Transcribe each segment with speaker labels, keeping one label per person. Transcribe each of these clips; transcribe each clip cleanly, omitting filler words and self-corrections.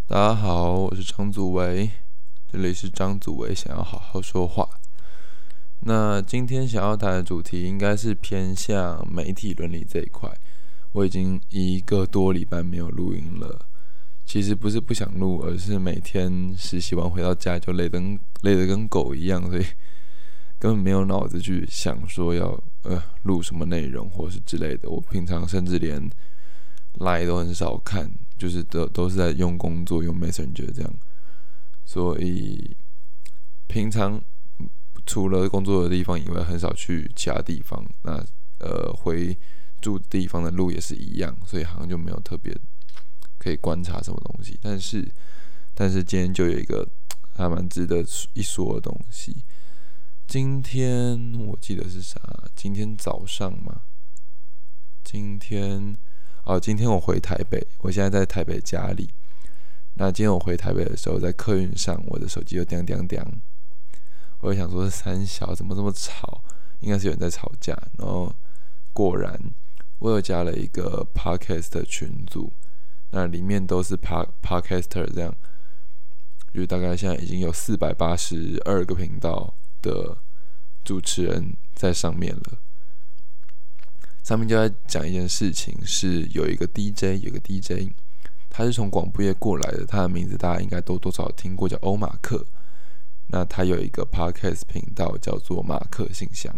Speaker 1: 大家好，我是张祖维，这里是张祖维想要好好说话。那今天想要谈的主题应该是偏向媒体伦理这一块。我已经1个多礼拜没有录音了，其实不是不想录，而是每天实习完回到家就累得跟狗一样，所以根本没有脑子去想说要录什么内容或是之类的。我平常甚至连 Line 都很少看，就是都是在用工作用 Messenger 这样，所以平常除了工作的地方以外，很少去其他地方。那回住地方的路也是一样，所以好像就没有特别可以观察什么东西。但是今天就有一个还蛮值得一说的东西。今天我记得是啥？今天早上嘛。今天我回台北，我现在在台北家里。那今天我回台北的时候，在客运上，我的手机就叮叮叮，我就想说是三小怎么这么吵，应该是有人在吵架。然后果然，我有加了一个 podcast 的群组，那里面都是 podcaster 这样，就大概现在已经有482个频道的主持人在上面了。上面就在讲一件事情，是有一个 DJ，他是从广播业过来的，他的名字大家应该都多少听过，叫欧马克。那他有一个 podcast 频道叫做马克信箱。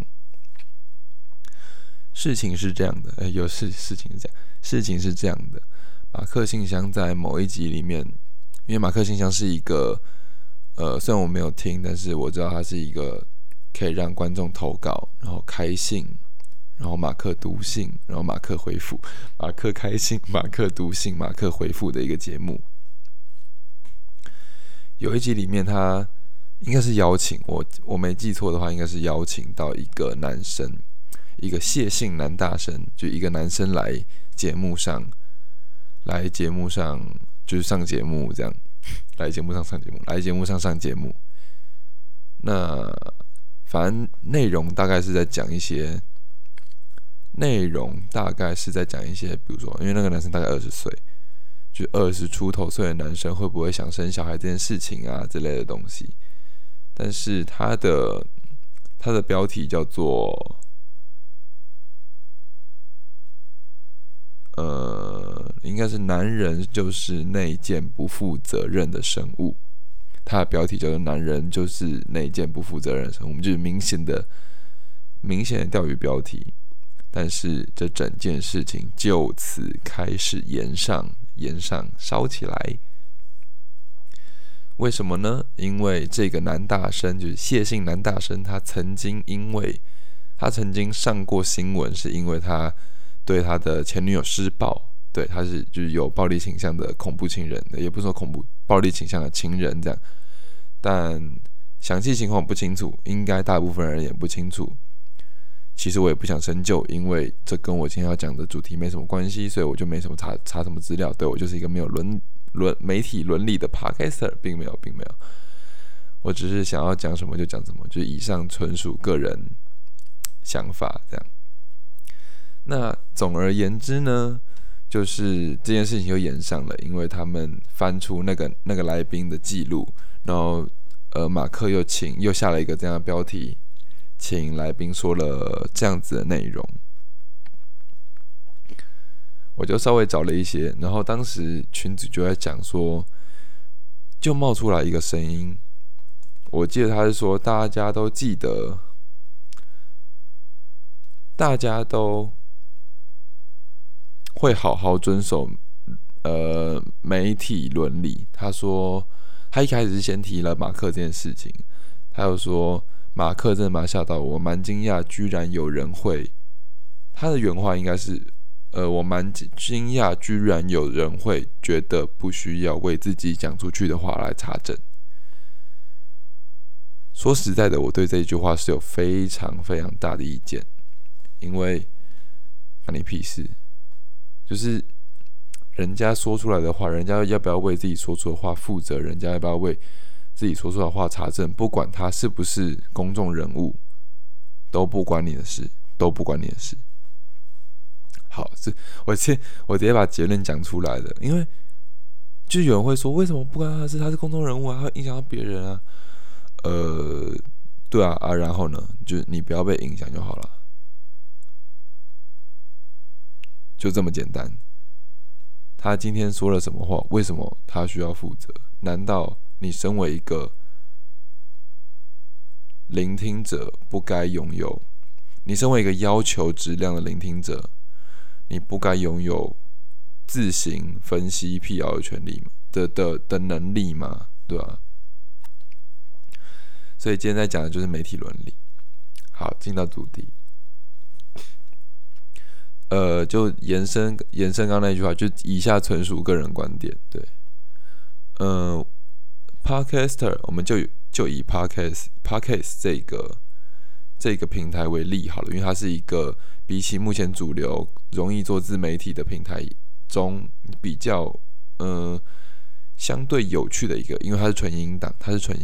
Speaker 1: 事情是这样的，事情是这样的。马克信箱在某一集里面，因为马克信箱是一个虽然我没有听，但是我知道它是一个可以让观众投稿，然后开信，然后马克读信，然后马克回复，马克开信，马克读信，马克回复的一个节目。有一集里面，他应该是邀请我没记错的话，应该是邀请到一个男生，一个谢姓男大生，就一个男生来节目上就是上节目这样，来节目上上节目。那反正内容大概是在讲一些，比如说，因为那个男生大概20岁，就20出头岁的男生会不会想生小孩这件事情啊之类的东西。但是他的标题叫做应该是男人就是那件不负责任的生物。他的标题叫做男人就是那件不负责任的生物，就是明显的钓鱼标题。但是这整件事情就此开始延上烧起来。为什么呢？因为这个男大生就是谢姓男大生，他曾经上过新闻，是因为他对他的前女友施暴，对，他是就是有暴力倾向的恐怖情人的，也不是说暴力倾向的情人这样。但详细情况不清楚，应该大部分人也不清楚。其实我也不想深究，因为这跟我今天要讲的主题没什么关系，所以我就没什么查什么资料。对，我就是一个没有媒体伦理的 podcaster， 并没有。我只是想要讲什么就讲什么，就以上纯属个人想法这样。那总而言之呢，就是这件事情就延上了，因为他们翻出那个来宾的记录，然后马克又下了一个这样的标题，请来宾说了这样子的内容。我就稍微找了一些，然后当时群组就在讲说，就冒出来一个声音，我记得他是说，大家都记得，大家都会好好遵守媒体伦理。他说，他一开始是先提了马克这件事情，他又说马克真的把他吓到，我蛮惊讶，居然有人会，他的原话应该是。我蛮惊讶，居然有人会觉得不需要为自己讲出去的话来查证。说实在的，我对这一句话是有非常非常大的意见，因为关你屁事，就是人家说出来的话，人家要不要为自己说出的话负责，人家要不要为自己说出来的话查证，不管他是不是公众人物，都不关你的事。好，我直接把结论讲出来了，因为就有人会说，为什么不关他的事？他是公众人物啊，他会影响到别人啊。对啊，然后呢，就你不要被影响就好了，就这么简单。他今天说了什么话？为什么他需要负责？难道你身为一个聆听者不该拥有？你身为一个要求质量的聆听者，你不该拥有自行分析辟谣的权利的能力吗？对吧？所以今天在讲的就是媒体伦理。好，进到主题。就延伸刚刚那句话，就以下纯属个人观点。对，Podcaster， 我们就以 Podcast 这个平台为例好了，因为它是一个比起目前主流容易做自媒体的平台中比较相对有趣的一个，因为它是纯音档，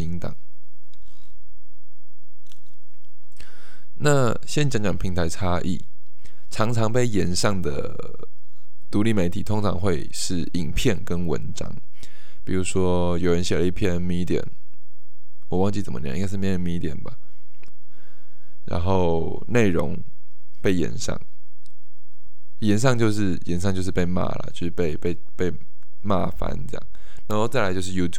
Speaker 1: 那先讲讲平台差异，常常被延上的独立媒体通常会是影片跟文章，比如说有人写了一篇 Medium， 我忘记怎么念，应该是念 Medium 吧，然后内容被延上，就是被骂了，就是被骂翻这样，然后再来就是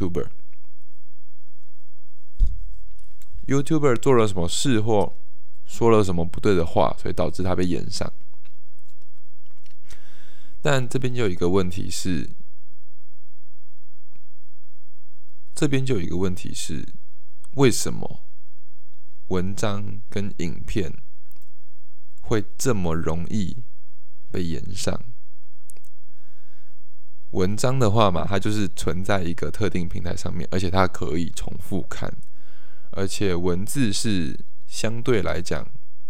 Speaker 1: YouTuber 做了什么事或说了什么不对的话，所以导致他被延上。但这边就有一个问题是，为什么文章跟影片会这么容易被延上？文章的话嘛，它就是存在一个特定平台上面，而且它可以重复看，而且文字是相对来讲，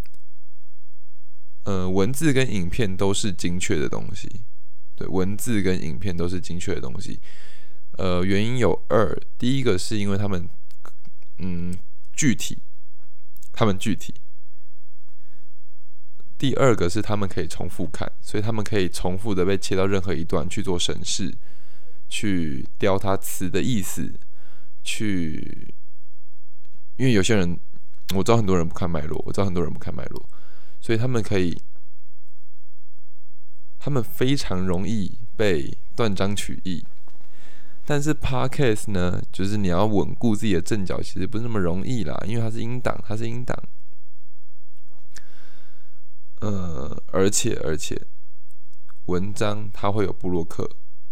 Speaker 1: 文字跟影片都是精确的东西。对，文字跟影片都是精确的东西。原因有二，第一个是因为他们具体。第二个是他们可以重复看，所以他们可以重复的被切到任何一段去做审视，去雕它词的意思，因为有些人，我知道很多人不看脉络，所以他们非常容易被断章取义。但是 Podcast 呢，就是你要稳固自己的阵脚，其实不是那么容易啦，因为它是音档。而且文章它会有部落格，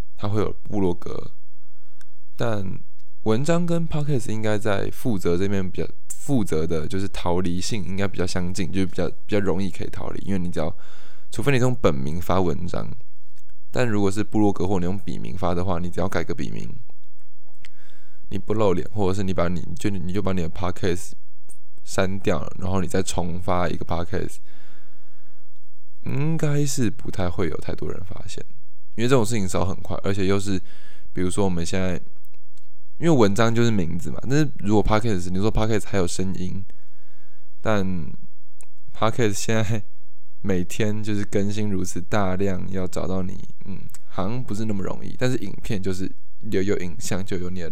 Speaker 1: 但文章跟 Podcast 应该在负责这边比较负责的，就是逃离性应该比较相近，就是比较容易可以逃离，因为你只要，除非你用本名发文章。但如果是部落格或你用笔名发的话，你只要改个笔名，你不露脸，或者是你就把你的 podcast 删掉了，然后你再重发一个 podcast， 应该是不太会有太多人发现，因为这种事情烧很快，而且又是比如说我们现在，因为文章就是名字嘛，但是如果 podcast 你说 podcast 还有声音，但 podcast 现在每天就是更新如此大量，要找到你，好像不是那么容易。但是影片就是有影像，就会有你的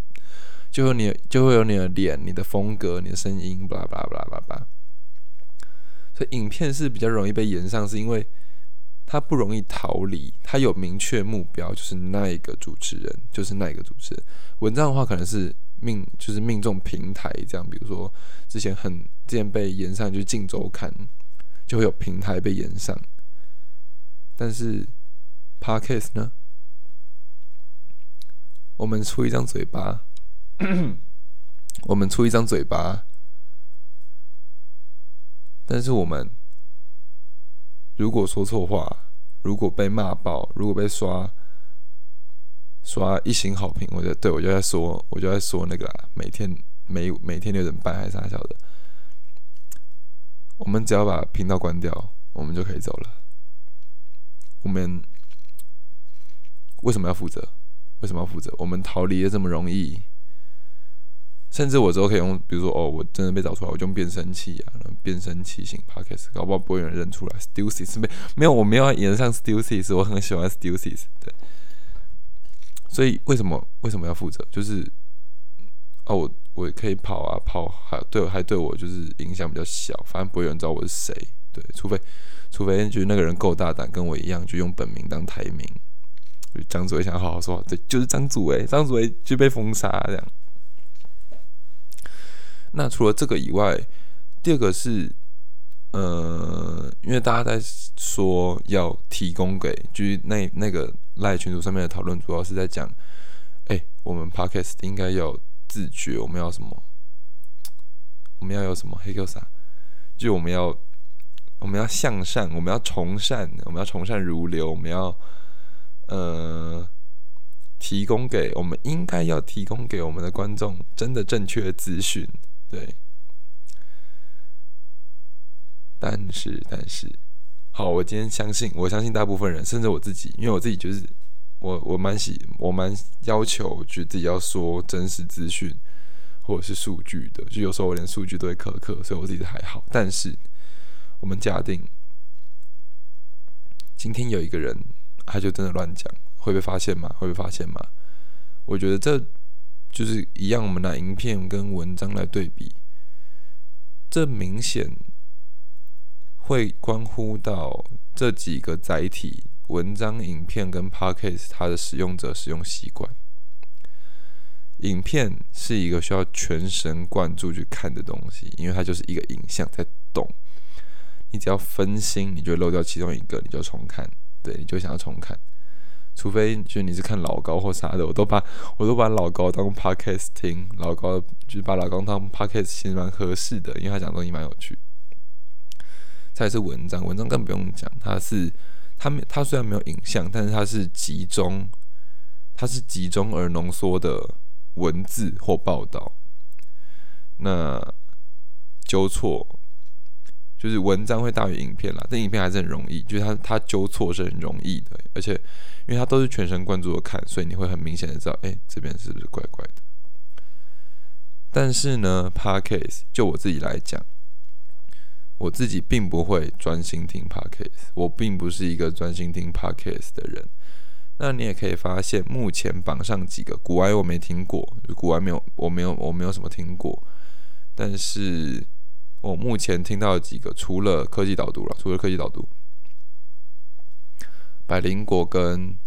Speaker 1: 脸、你的风格、你的声音，巴拉巴拉巴拉巴拉。所以影片是比较容易被延上，是因为它不容易逃离，它有明确目标，就是那一个主持人。文章的话，可能是命中平台这样，比如说之前被延上就是《镜周刊》。就会有平台被延上，但是 Podcast 呢？我们出一张嘴巴，但是我们如果说错话，如果被骂爆，如果被刷一星好评，我就在说那个啦，每天6:30还是啥小的。我们只要把频道关掉，我们就可以走了。我们为什么要负责？我们逃离的这么容易，甚至我之后可以用，比如说我真的被找出来，我就用变声器啊，变声器型 podcast， 搞不好不会有人认出来。Stussy 没有，我没有要延上 Stussy， 我很喜欢 Stussy， 对。 所以为什么要负责？就是我可以跑啊，跑还对我就是影响比较小，反正不会有人知道我是谁。对，除非就是那个人够大胆，跟我一样，就用本名当台名。张祖伟想好好说话，对，就是张祖伟就被封杀这样。那除了这个以外，第二个是，因为大家在说要提供给，就是那个赖群组上面的讨论，主要是在讲，我们 podcast 应该要自觉，我们要什么？我们要有什么？黑 Q 啥？就我们要向善，我们要从善，我们要从善如流，我们要我们应该要提供给我们的观众真的正确的资讯，对。但是，好，我今天我相信大部分人，甚至我自己，因为我自己就是我蛮要求，就自己要说真实资讯或者是数据的，就有时候我连数据都会苛刻，所以我自己还好。但是我们假定今天有一个人，他就真的乱讲，会被发现吗？我觉得这就是一样，我们拿影片跟文章来对比，这明显会关乎到这几个载体：文章、影片跟 Podcast 它的使用者使用习惯。影片是一个需要全神贯注去看的东西，因为它就是一个影像在动。你只要分心，你就会漏掉其中一个，你就重看，对，你就想要重看。除非就你是看老高或啥的，我都把老高当 podcast 听，就是把老高当 podcast 其实蛮合适的，因为他讲的东西蛮有趣。再来是文章更不用讲，它虽然没有影像，但是它是集中而浓缩的文字或报道。那纠错就是文章会大于影片啦，但影片还是很容易，就是它纠错是很容易的，而且因为它都是全神贯注的看，所以你会很明显的知道，这边是不是怪怪的。但是呢 Podcast 就我自己来讲，我自己并不会专心听 Podcast， 我并不是一个专心听 Podcast 的人。那你也可以发现，目前榜上几个古玩我没听过，古玩我没有什么听过，但是我目前听到的几个，除了科技导读，百灵果跟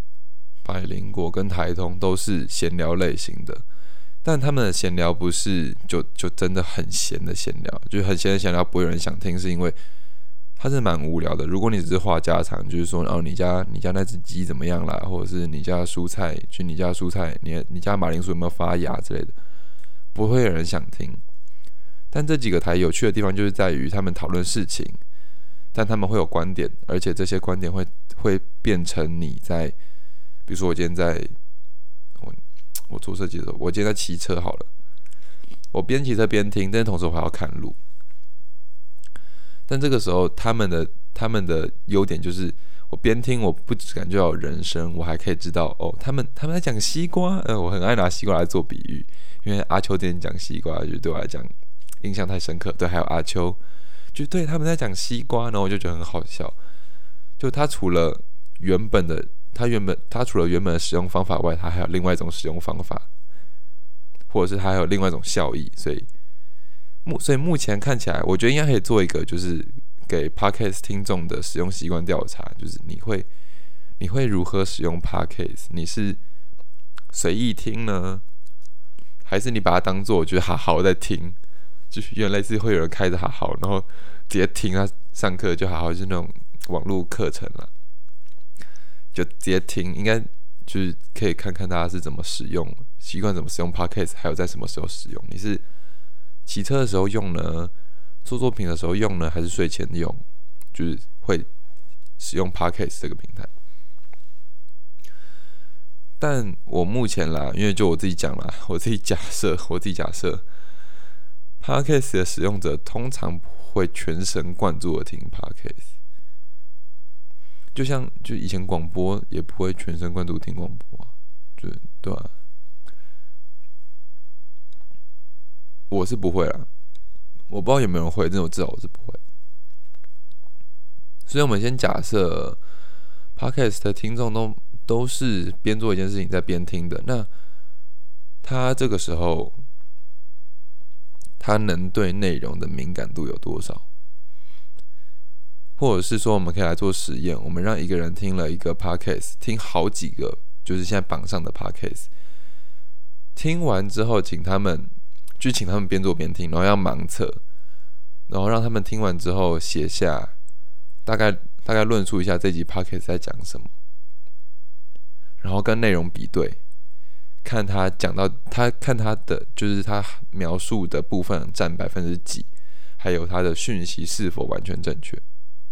Speaker 1: 台通都是闲聊类型的，但他们的闲聊不是就真的很闲的闲聊，就是很闲的闲聊不会有人想听，是因为它是蛮无聊的。如果你只是话家常，就是说你家那只鸡怎么样啦，或者是你家蔬菜，你家马铃薯有没有发芽之类的，不会有人想听。但这几个台有趣的地方就是在于他们讨论事情，但他们会有观点，而且这些观点会变成你在，比如说我今天在我做设计的时候，我今天在骑车好了，我边骑车边听，但是同时我还要看路。但这个时候他们的优点就是，我边听我不只感觉到有人声，我还可以知道他们在讲西瓜，我很爱拿西瓜来做比喻，因为阿秋之前讲西瓜，就对我来讲印象太深刻。对，还有阿秋，就对他们在讲西瓜，然后我就觉得很好笑。就他除了原本的使用方法外，他还有另外一种使用方法，或者是他还有另外一种效益，所以目前看起来，我觉得应该可以做一个，就是给 Podcast 听众的使用习惯调查，就是你会如何使用 Podcast？ 你是随意听呢，还是你把它当做就是好好在听？就是原来类似会有人开着好好，然后直接听他上课就好好，就是那种网络课程啦，就直接听，应该就是可以看看大家是怎么使用，习惯怎么使用 Podcast， 还有在什么时候使用？你是骑车的时候用呢，做作品的时候用呢，还是睡前用？就是会使用 Podcast 这个平台。但我目前啦，因为就我自己讲啦，我自己假设 Podcast 的使用者通常不会全神贯注的听 Podcast， 就以前广播也不会全神贯注听广播啊，就对啊。我是不会啦，我不知道有没有人会，但我知道我是不会。所以我们先假设 Podcast 的听众都都是边做一件事情在边听的，那他这个时候他能对内容的敏感度有多少？或者是说，我们可以来做实验，我们让一个人听了一个 podcast， 听好几个，就是现在榜上的 podcast， 听完之后，请他们边做边听，然后要盲测，然后让他们听完之后写下大概论述一下这集 podcast 在讲什么，然后跟内容比对，看他的就是他描述的部分占几%，还有他的讯息是否完全正确。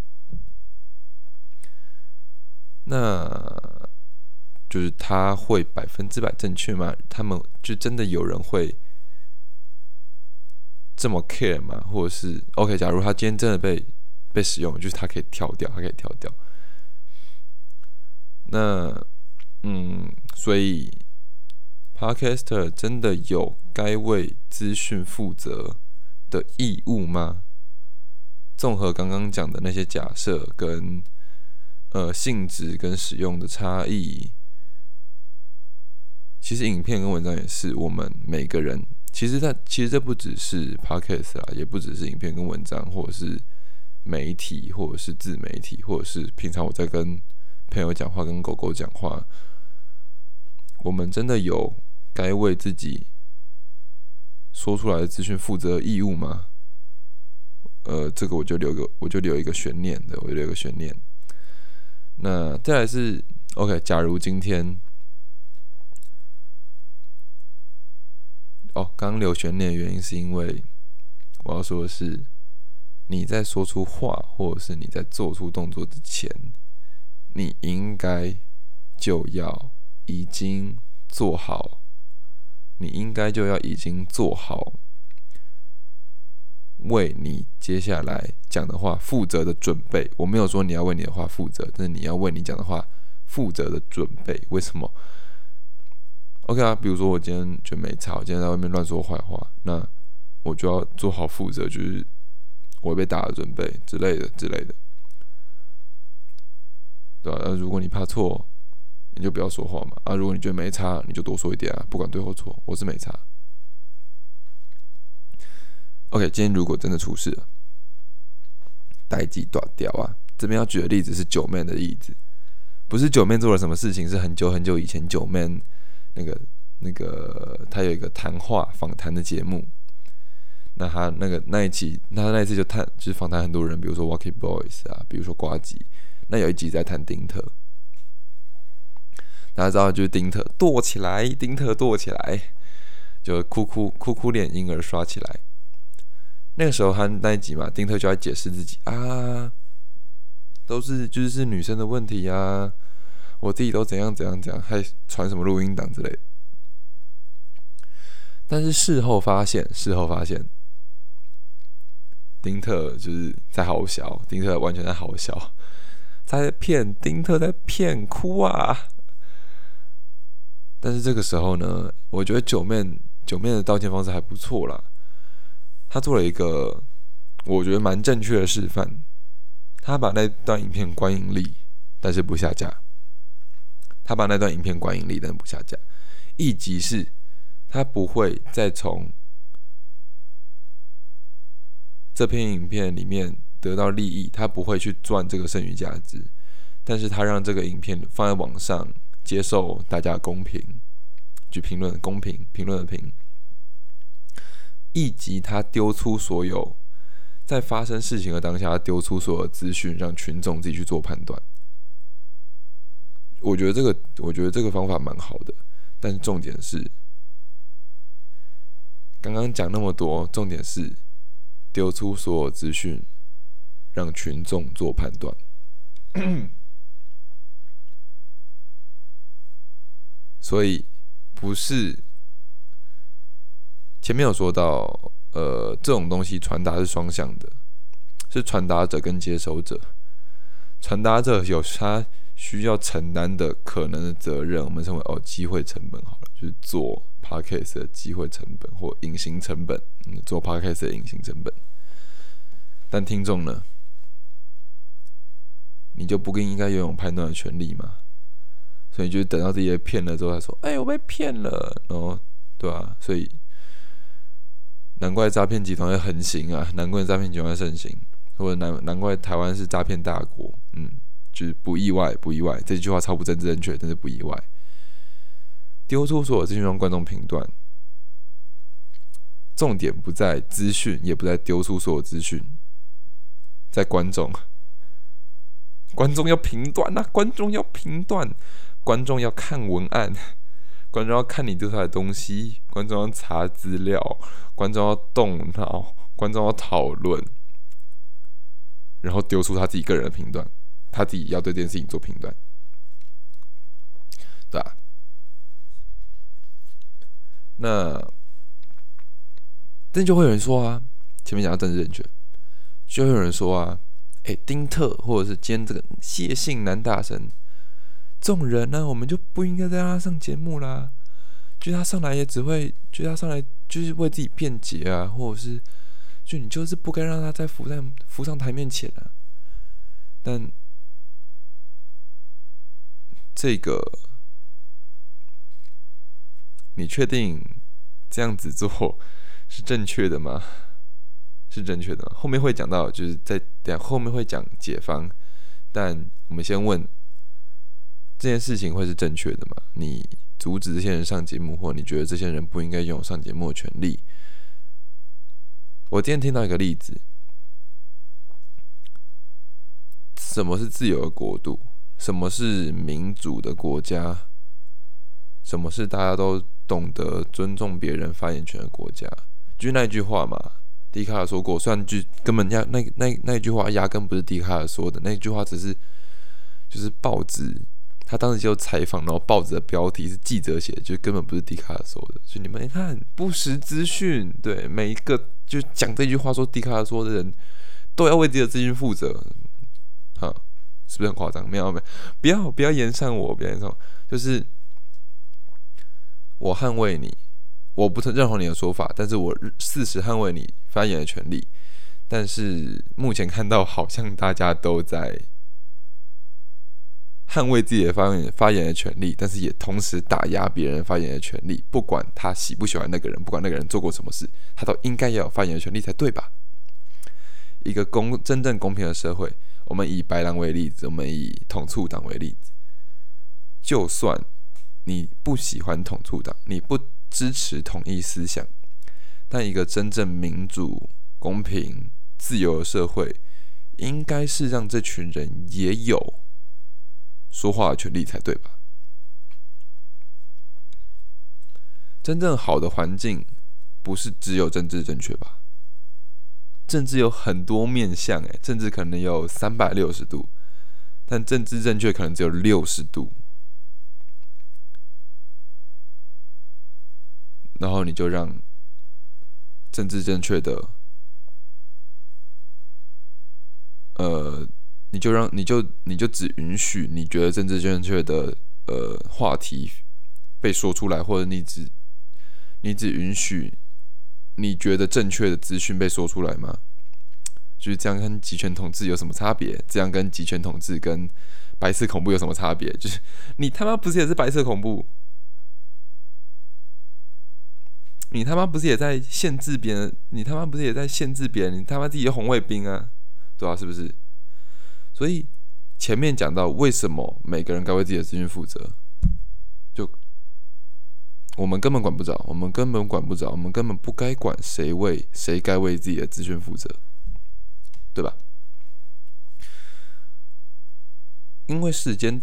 Speaker 1: 那就是他会100%正确吗？他们就真的有人会这么 care 吗？或者是 OK？ 假如他今天真的被使用，就是他可以跳掉。那所以 Podcaster 真的有该为资讯负责的义务吗？综合刚刚讲的那些假设跟性质跟使用的差异，其实影片跟文章也是我们每个人。其实这不只是 podcast 啦，也不只是影片跟文章，或者是媒体，或者是自媒体，或者是平常我在跟朋友讲话、跟狗狗讲话，我们真的有该为自己说出来的资讯负责义务吗？这个我就留一个悬念的，那再来是 OK， 假如今天刚留悬念的原因是因为我要说的是，你在说出话或者是你在做出动作之前，你应该就要已经做好，为你接下来讲的话负责的准备。我没有说你要为你的话负责，但是你要为你讲的话负责的准备。为什么 ？OK 啊，比如说我今天就没差，我今天在外面乱说坏话，那我就要做好负责，就是我会被打的准备之类的，对吧？如果你怕错，你就不要说话嘛。如果你觉得没差，你就多说一点啊，不管对或错，我是没差。OK， 今天如果真的出事了，代际断掉啊！这边要举的例子是9man的例子，不是9man做了什么事情，是很久以前9man那个他有一个访谈的节目，那他那一次就是访谈很多人，比如说 Walkie Boys 啊，比如说呱吉，那有一集在谈丁特，大家知道就是丁特剁起来，就哭脸婴儿刷起来。那个时候他那一集嘛，丁特就在解释自己啊，都是就是女生的问题啊，我自己都怎样，还传什么录音档之类的。但是事后发现，丁特就是在好笑，丁特完全在好笑，丁特在骗哭啊。但是这个时候呢，我觉得9man的道歉方式还不错啦。他做了一个我觉得蛮正确的示范，他把那段影片关盈利，但是不下架。意即是他不会再从这篇影片里面得到利益，他不会去赚这个剩余价值，但是他让这个影片放在网上，接受大家的公平，去评论的评。以及他丢出所有在发生事情的当下，他丢出所有资讯，让群众自己去做判断。我觉得这个方法蛮好的，但是重点是，刚刚讲那么多，重点是丢出所有资讯，让群众做判断。所以不是。前面有说到，这种东西传达是双向的，是传达者跟接收者。传达者有他需要承担的可能的责任，我们称为机会成本好了，就是做 podcast 的机会成本或隐形成本，做 podcast 的隐形成本。但听众呢，你就不应该拥有判断的权利吗？ 所以就等到自己被骗了之后，他说：“我被骗了。”然后，对啊，所以难怪诈骗集团会横行啊，难怪诈骗集团会盛行，或者难怪台湾是诈骗大国。就是不意外，不意外。这句话超不政治正确，但是不意外。丢出所有资讯让观众评断，重点不在资讯，也不在丢出所有资讯，在观众。观众要评断啊！观众要评断，观众要看文案，观众要看你丢出来的东西，观众要查资料，观众要动脑，观众要讨论，然后丢出他自己个人的评断，他自己要对这件事情做评断，对啊。那就会有人说啊，前面讲到政治正确，就会有人说啊。丁特或者是今天这个谢姓男大神，这种人呢，我们就不应该再让他上节目啦。就他上来也只会，就他上来就是为自己辩解啊，或者是，就你就是不该让他再浮上台面前啊。但这个，你确定这样子做是正确的吗？是正确的吗？后面会讲到，就是后面会讲解方，但我们先问这件事情会是正确的吗？你阻止这些人上节目，或你觉得这些人不应该拥有上节目的权利？我今天听到一个例子，什么是自由的国度？什么是民主的国家？什么是大家都懂得尊重别人发言权的国家？就是那句话嘛。迪卡尔说过，虽然根本那句话压根不是迪卡尔说的，那句话只是就是报纸他当时就采访，然后报纸的标题是记者写的，就根本不是迪卡尔说的。所以你们看不实资讯，对每一个就讲这句话说迪卡尔说的人都要为自己的资讯负责，是不是很夸张？没有，不要延上我，不要延上我，就是我捍卫你。我不认同你的说法，但是我事实捍卫你发言的权利。但是目前看到，好像大家都在捍卫自己的发言的权利，但是也同时打压别人发言的权利。不管他喜不喜欢那个人，不管那个人做过什么事，他都应该要有发言的权利才对吧？一个真正公平的社会，我们以白狼为例子，我们以统促党为例子，就算你不喜欢统促党，你不支持统一思想，但一个真正民主、公平、自由的社会，应该是让这群人也有说话的权利才对吧？真正好的环境，不是只有政治正确吧？政治有很多面向，政治可能有360度，但政治正确可能只有60度。然后你就让政治正确的，你就只允许你觉得政治正确的话题被说出来，或者你只允许你觉得正确的资讯被说出来吗？就是这样跟集权统治有什么差别？这样跟集权统治跟白色恐怖有什么差别？就是你他妈不是也是白色恐怖？你他妈不是也在限制别人？你他妈不是也在限制别人？你他妈自己的红卫兵啊，对吧？是不是？所以前面讲到为什么每个人该为自己的资讯负责，就我们根本管不着，我们根本不该管谁该为自己的资讯负责，对吧？因为时间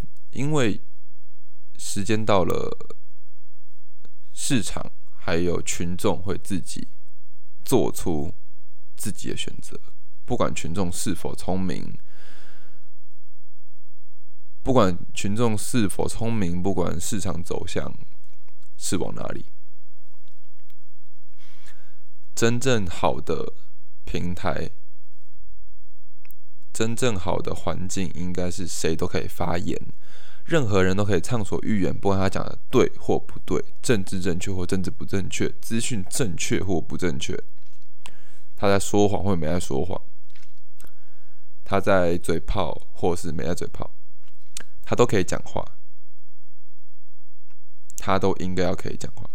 Speaker 1: 到了，市场还有群众会自己做出自己的选择，不管群众是否聪明，不管市场走向是往哪里，真正好的平台，真正好的环境，应该是谁都可以发言，任何人都可以畅所欲言，不管他讲的对或不对，政治正确或政治不正确，资讯正确或不正确，他在说谎或没在说谎，他在嘴炮或是没在嘴炮，他都可以讲话。 他都应该要可以讲话。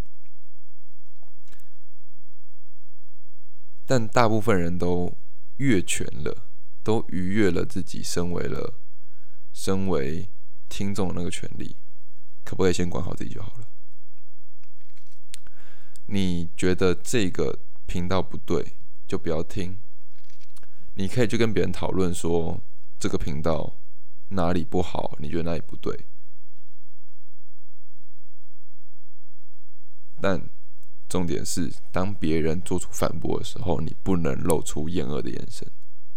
Speaker 1: 但大部分人都越权了，都逾越了自己身为听众的那个权利，可不可以先管好自己就好了？你觉得这个频道不对，就不要听。你可以去跟别人讨论说这个频道哪里不好，你觉得哪里不对。但重点是，当别人做出反驳的时候，你不能露出厌恶的眼神，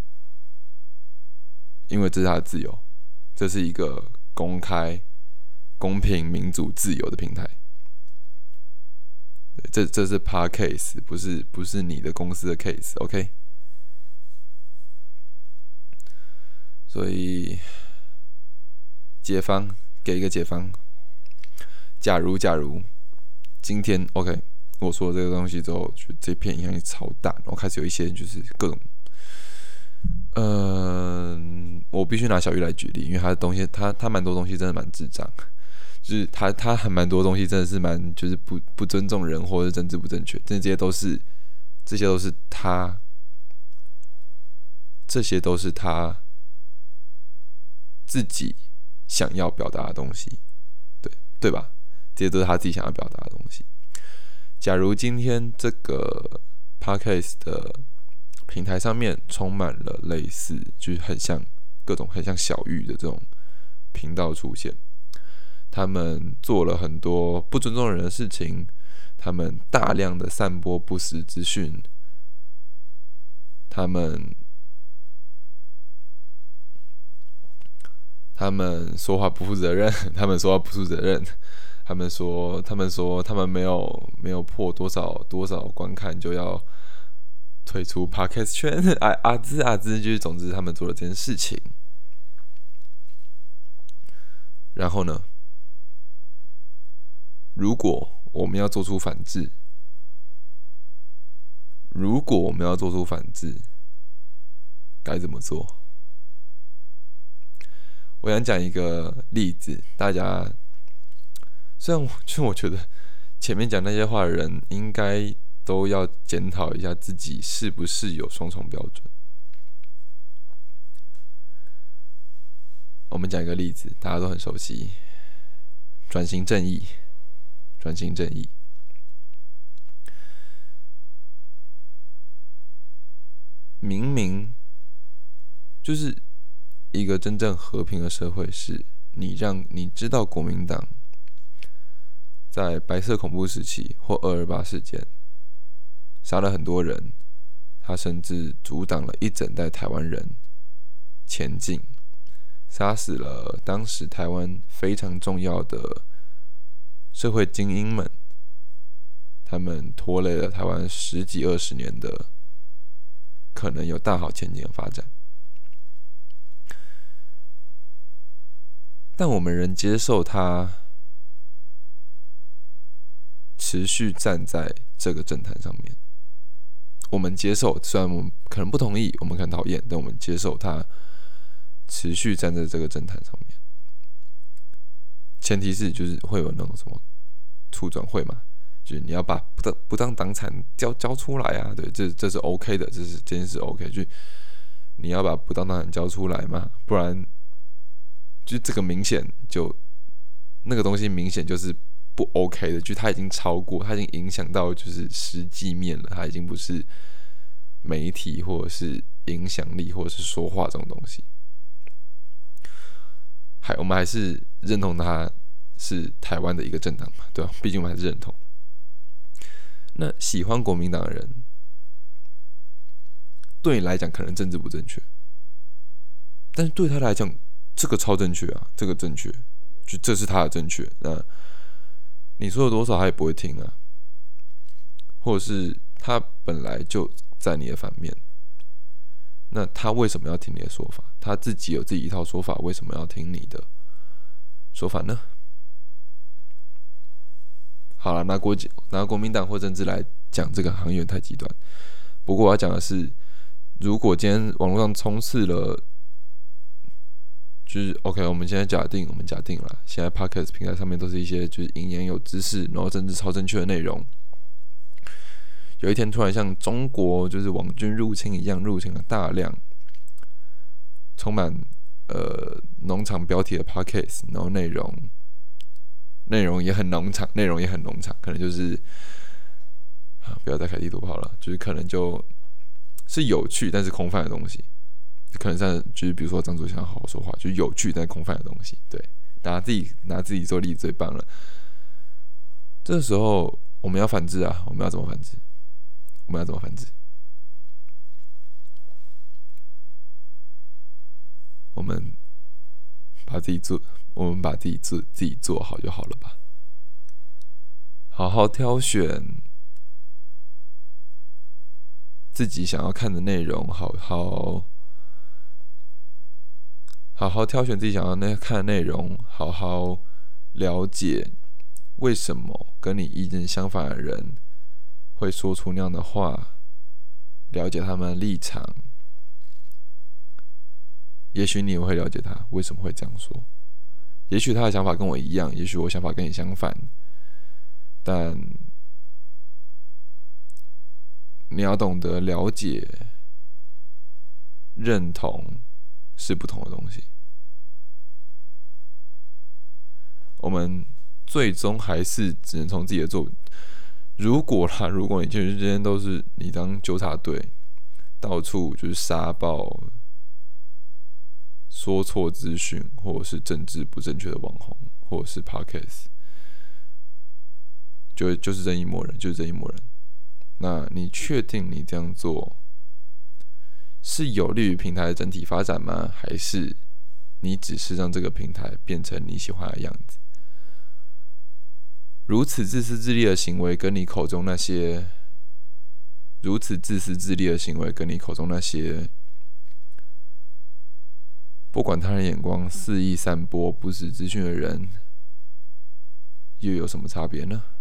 Speaker 1: 因为这是他的自由，这是一个公开、公平、民主、自由的平台。这是 Podcast， 不是你的公司的 case，OK？所以解方给一个解方，假如今天 OK， 我说了这个东西之后，就这片影响力超大，然后开始有一些就是各种，我必须拿小玉来举例，因为他的东西，他蛮多东西真的蛮智障，就是他很蛮多东西真的是蛮就是不尊重人或者政治不正确，这些都是他自己想要表达的东西，对吧？这些都是他自己想要表达的东西。假如今天这个 podcast 的平台上面充满了类似，就是很像各种很像小玉的这种频道出现，他们做了很多不尊重人的事情，他们大量的散播不实资讯，他们说话不负责任，他们说他们没有破多少观看就要退出 podcast 圈，阿兹，就是总之他们做了这件事情。然后呢，如果我们要做出反制，该怎么做？我想讲一个例子，大家虽然我觉得前面讲那些话的人应该都要检讨一下自己是不是有双重标准。我们讲一个例子，大家都很熟悉，转型正义。明明就是一个真正和平的社会，是你知道国民党在白色恐怖时期或228事件杀了很多人，他甚至阻挡了一整代台湾人前进，杀死了当时台湾非常重要的社会精英们，他们拖累了台湾10几20年的可能有大好前景的发展。但我们仍接受他持续站在这个政坛上面。我们接受，虽然我们可能不同意，我们可能讨厌，但我们接受他持续站在这个政坛上面。前提是就是会有那种什么促转会嘛，就是你要把不当党产交出来啊，对，这是 OK 的，这件事 OK， 就是你要把不当党产交出来嘛，不然就这个明显就那个东西明显就是不 OK 的，就它已经超过，它已经影响到就是实际面了，它已经不是媒体或者是影响力或者是说话这种东西。我们还是认同它是台湾的一个政党嘛，对吧？毕竟我们还是认同。那喜欢国民党的人，对你来讲可能政治不正确，但是对他来讲，这个超正确啊，这个正确，就这是他的正确。那你说了多少，他也不会听啊，或者是他本来就在你的反面，那他为什么要听你的说法？他自己有自己一套说法，为什么要听你的说法呢？好了，拿国民党或政治来讲，这个好像有点太极端。不过我要讲的是，如果今天网络上充斥了就是 OK， 我们现在假定了，现在 Podcast 平台上面都是一些就是引言有知识，然后政治超正确的内容。有一天突然像中国就是网军入侵一样，入侵了大量充满农场标题的 Podcast， 然后内容也很农场，可能就是不要再开地图炮了，就是可能就是有趣但是空泛的东西。可能像就是比如说张祖想好好说话，就是有趣但空泛的东西。对，拿自己做例子最棒了。这时候我们要反制啊！我们要怎么反制？我们把自己做好就好了吧。好好挑选自己想要看的内容，好好挑选自己想要看的内容，好好了解为什么跟你意见相反的人会说出那样的话，了解他们的立场。也许你也会了解他为什么会这样说，也许他的想法跟我一样，也许我想法跟你相反，但你要懂得了解、认同是不同的东西。我们最终还是只能从自己的作品。如果你全世界都是你当纠察队，到处就是杀爆、说错资讯，或者是政治不正确的网红，或者是 podcast， 就是正义魔人，那你确定你这样做是有利于平台的整体发展吗？还是你只是让这个平台变成你喜欢的样子？如此自私自利的行为，跟你口中那些不管他人眼光肆意散播不实资讯的人，又有什么差别呢？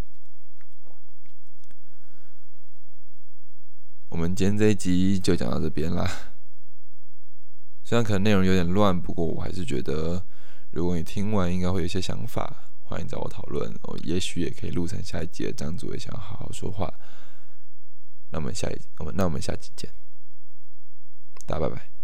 Speaker 1: 我们今天这一集就讲到这边啦。虽然可能内容有点乱，不过我还是觉得，如果你听完应该会有一些想法，欢迎找我讨论。也许也可以录成下一集的张主也想好好说话。那我们下集见，大家拜拜。